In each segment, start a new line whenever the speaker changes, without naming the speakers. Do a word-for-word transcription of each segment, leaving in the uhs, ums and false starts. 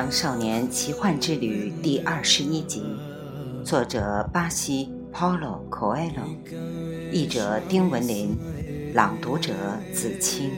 洋少年奇幻之旅》第二十一集，作者巴西 Paulo Coelho， 译者丁文林，朗读者子清。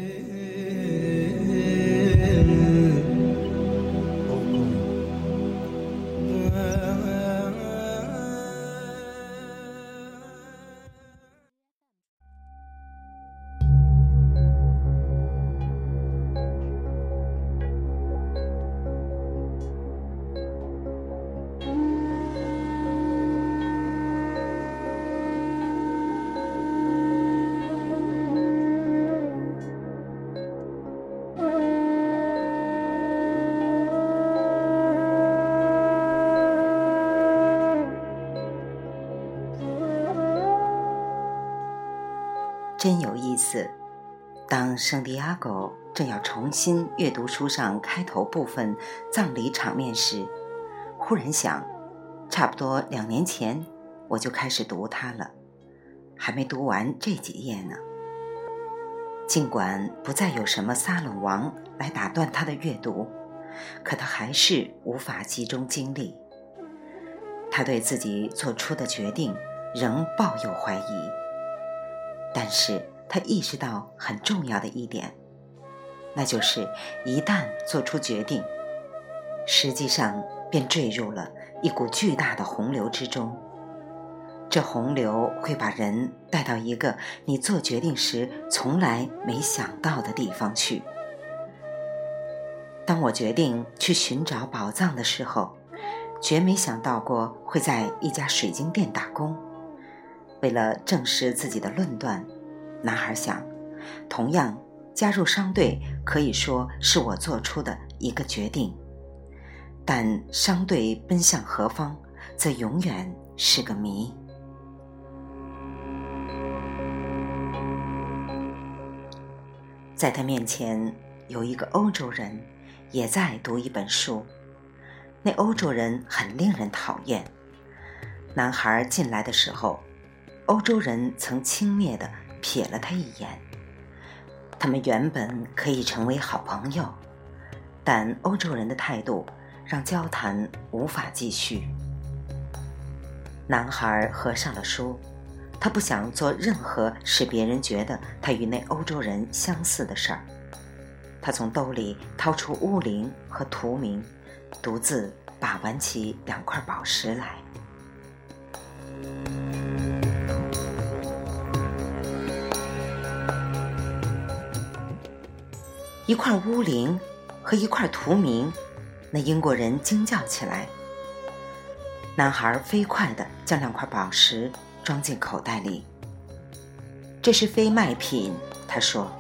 真有意思，当圣地亚哥正要重新阅读书上开头部分葬礼场面时，忽然想，差不多两年前我就开始读它了，还没读完这几页呢。尽管不再有什么撒冷王来打断他的阅读，可他还是无法集中精力。他对自己做出的决定仍抱有怀疑，但是他意识到很重要的一点，那就是一旦做出决定，实际上便坠入了一股巨大的洪流之中。这洪流会把人带到一个你做决定时从来没想到的地方去。当我决定去寻找宝藏的时候，绝没想到过会在一家水晶店打工。为了证实自己的论断，男孩想，同样加入商队可以说是我做出的一个决定，但商队奔向何方，则永远是个谜。在他面前有一个欧洲人，也在读一本书。那欧洲人很令人讨厌。男孩进来的时候，欧洲人曾轻蔑地瞥了他一眼。他们原本可以成为好朋友，但欧洲人的态度让交谈无法继续。男孩合上了书，他不想做任何使别人觉得他与那欧洲人相似的事儿。他从兜里掏出乌灵和图明，独自把玩起两块宝石来。一块乌灵和一块图明，那英国人惊叫起来。男孩飞快地将两块宝石装进口袋里。这是非卖品，他说。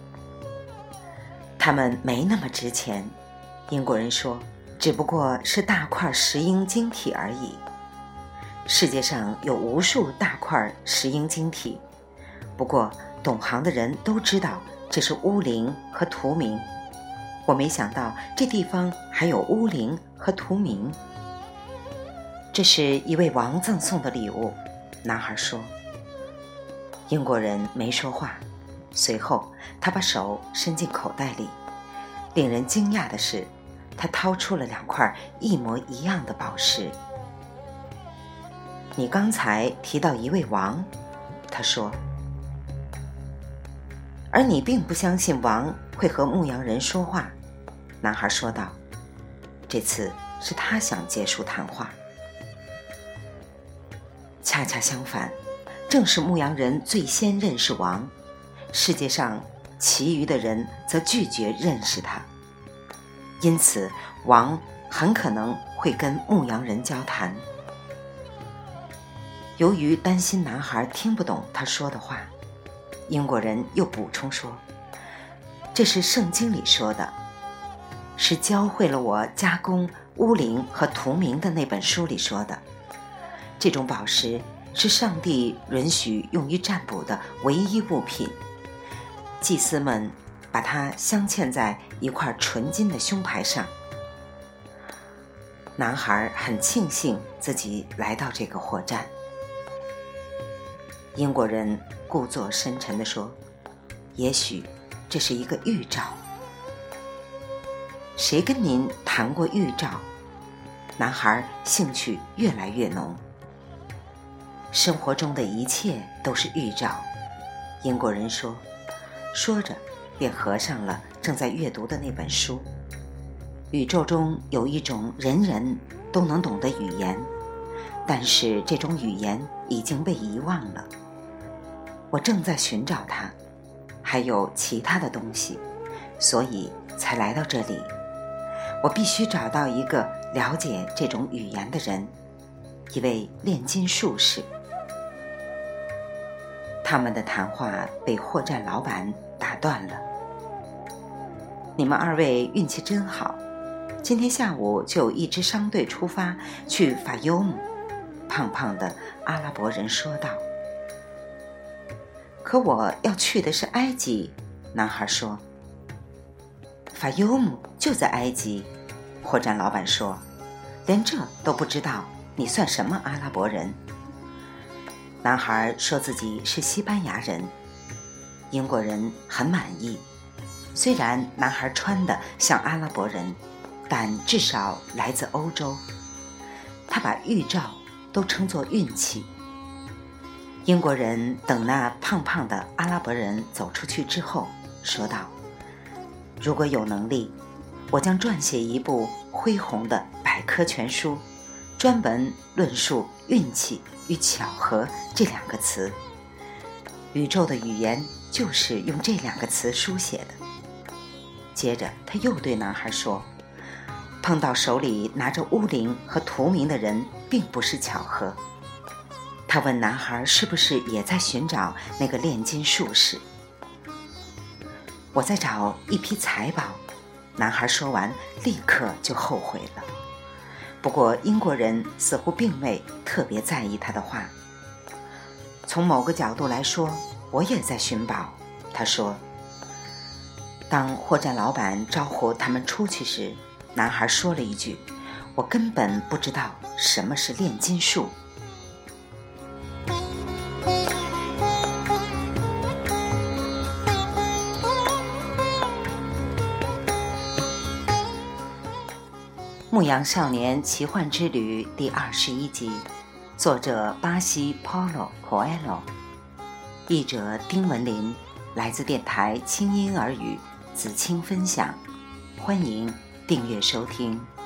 它们没那么值钱，英国人说，只不过是大块石英晶体而已。世界上有无数大块石英晶体，不过懂行的人都知道这是乌灵和图明。我没想到这地方还有乌灵和图明。这是一位王赠送的礼物，男孩说。英国人没说话，随后他把手伸进口袋里。令人惊讶的是，他掏出了两块一模一样的宝石。你刚才提到一位王，他说。而你并不相信王会和牧羊人说话，男孩说道。这次是他想结束谈话。恰恰相反，正是牧羊人最先认识王，世界上其余的人则拒绝认识他。因此王很可能会跟牧羊人交谈。由于担心男孩听不懂他说的话，英国人又补充说，这是圣经里说的，是教会了我加工乌灵和图明的那本书里说的。这种宝石是上帝允许用于占卜的唯一物品，祭司们把它镶嵌在一块纯金的胸牌上。男孩很庆幸自己来到这个货站。英国人故作深沉地说，也许这是一个预兆。 谁跟您谈过预兆？男孩兴趣越来越浓。生活中的一切都是预兆，英国人说，说着便合上了正在阅读的那本书。宇宙中有一种人人都能懂的语言，但是这种语言已经被遗忘了。我正在寻找它，还有其他的东西，所以才来到这里。我必须找到一个了解这种语言的人，一位炼金术士。他们的谈话被货站老板打断了。你们二位运气真好，今天下午就有一支商队出发去法尤姆，胖胖的阿拉伯人说道。可我要去的是埃及，男孩说。法尤姆就在埃及，货站老板说，连这都不知道，你算什么阿拉伯人？男孩说自己是西班牙人。英国人很满意，虽然男孩穿得像阿拉伯人，但至少来自欧洲。他把预兆都称作运气。英国人等那胖胖的阿拉伯人走出去之后说道，如果有能力，我将撰写一部恢宏的百科全书，专门论述运气与巧合这两个词。宇宙的语言就是用这两个词书写的。接着他又对男孩说，碰到手里拿着乌灵和图名的人并不是巧合。他问男孩是不是也在寻找那个炼金术士。我在找一批财宝，男孩说完立刻就后悔了。不过英国人似乎并未特别在意他的话。从某个角度来说，我也在寻宝，他说。当货站老板招呼他们出去时，男孩说了一句，我根本不知道什么是炼金术。牧羊少年奇幻之旅第二十一集，作者巴西 Paulo Coelho， 译者丁文林，来自电台清音耳语子青分享，欢迎订阅收听。